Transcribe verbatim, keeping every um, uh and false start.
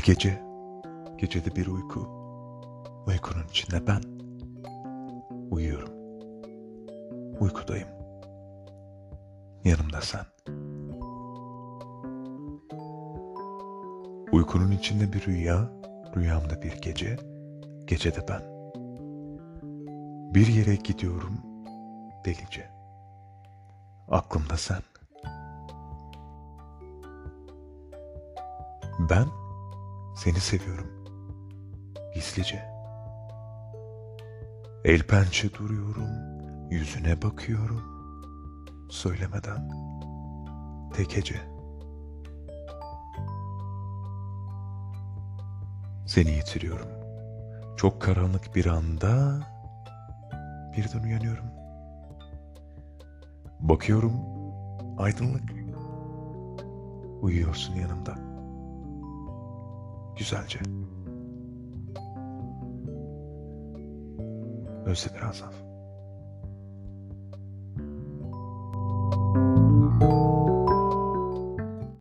Bir gece, gecede bir uyku, uykunun içinde ben uyuyorum, uykudayım, yanımda sen. Uykunun içinde bir rüya, rüyamda bir gece, gecede ben. Bir yere gidiyorum delice, aklımda sen. Ben seni seviyorum, gizlice. El pençe duruyorum, yüzüne bakıyorum, söylemeden tek hece. Seni yitiriyorum, çok karanlık bir anda birden uyanıyorum. Bakıyorum, aydınlık, uyuyorsun yanımda, güzelce. Özdemir Asaf.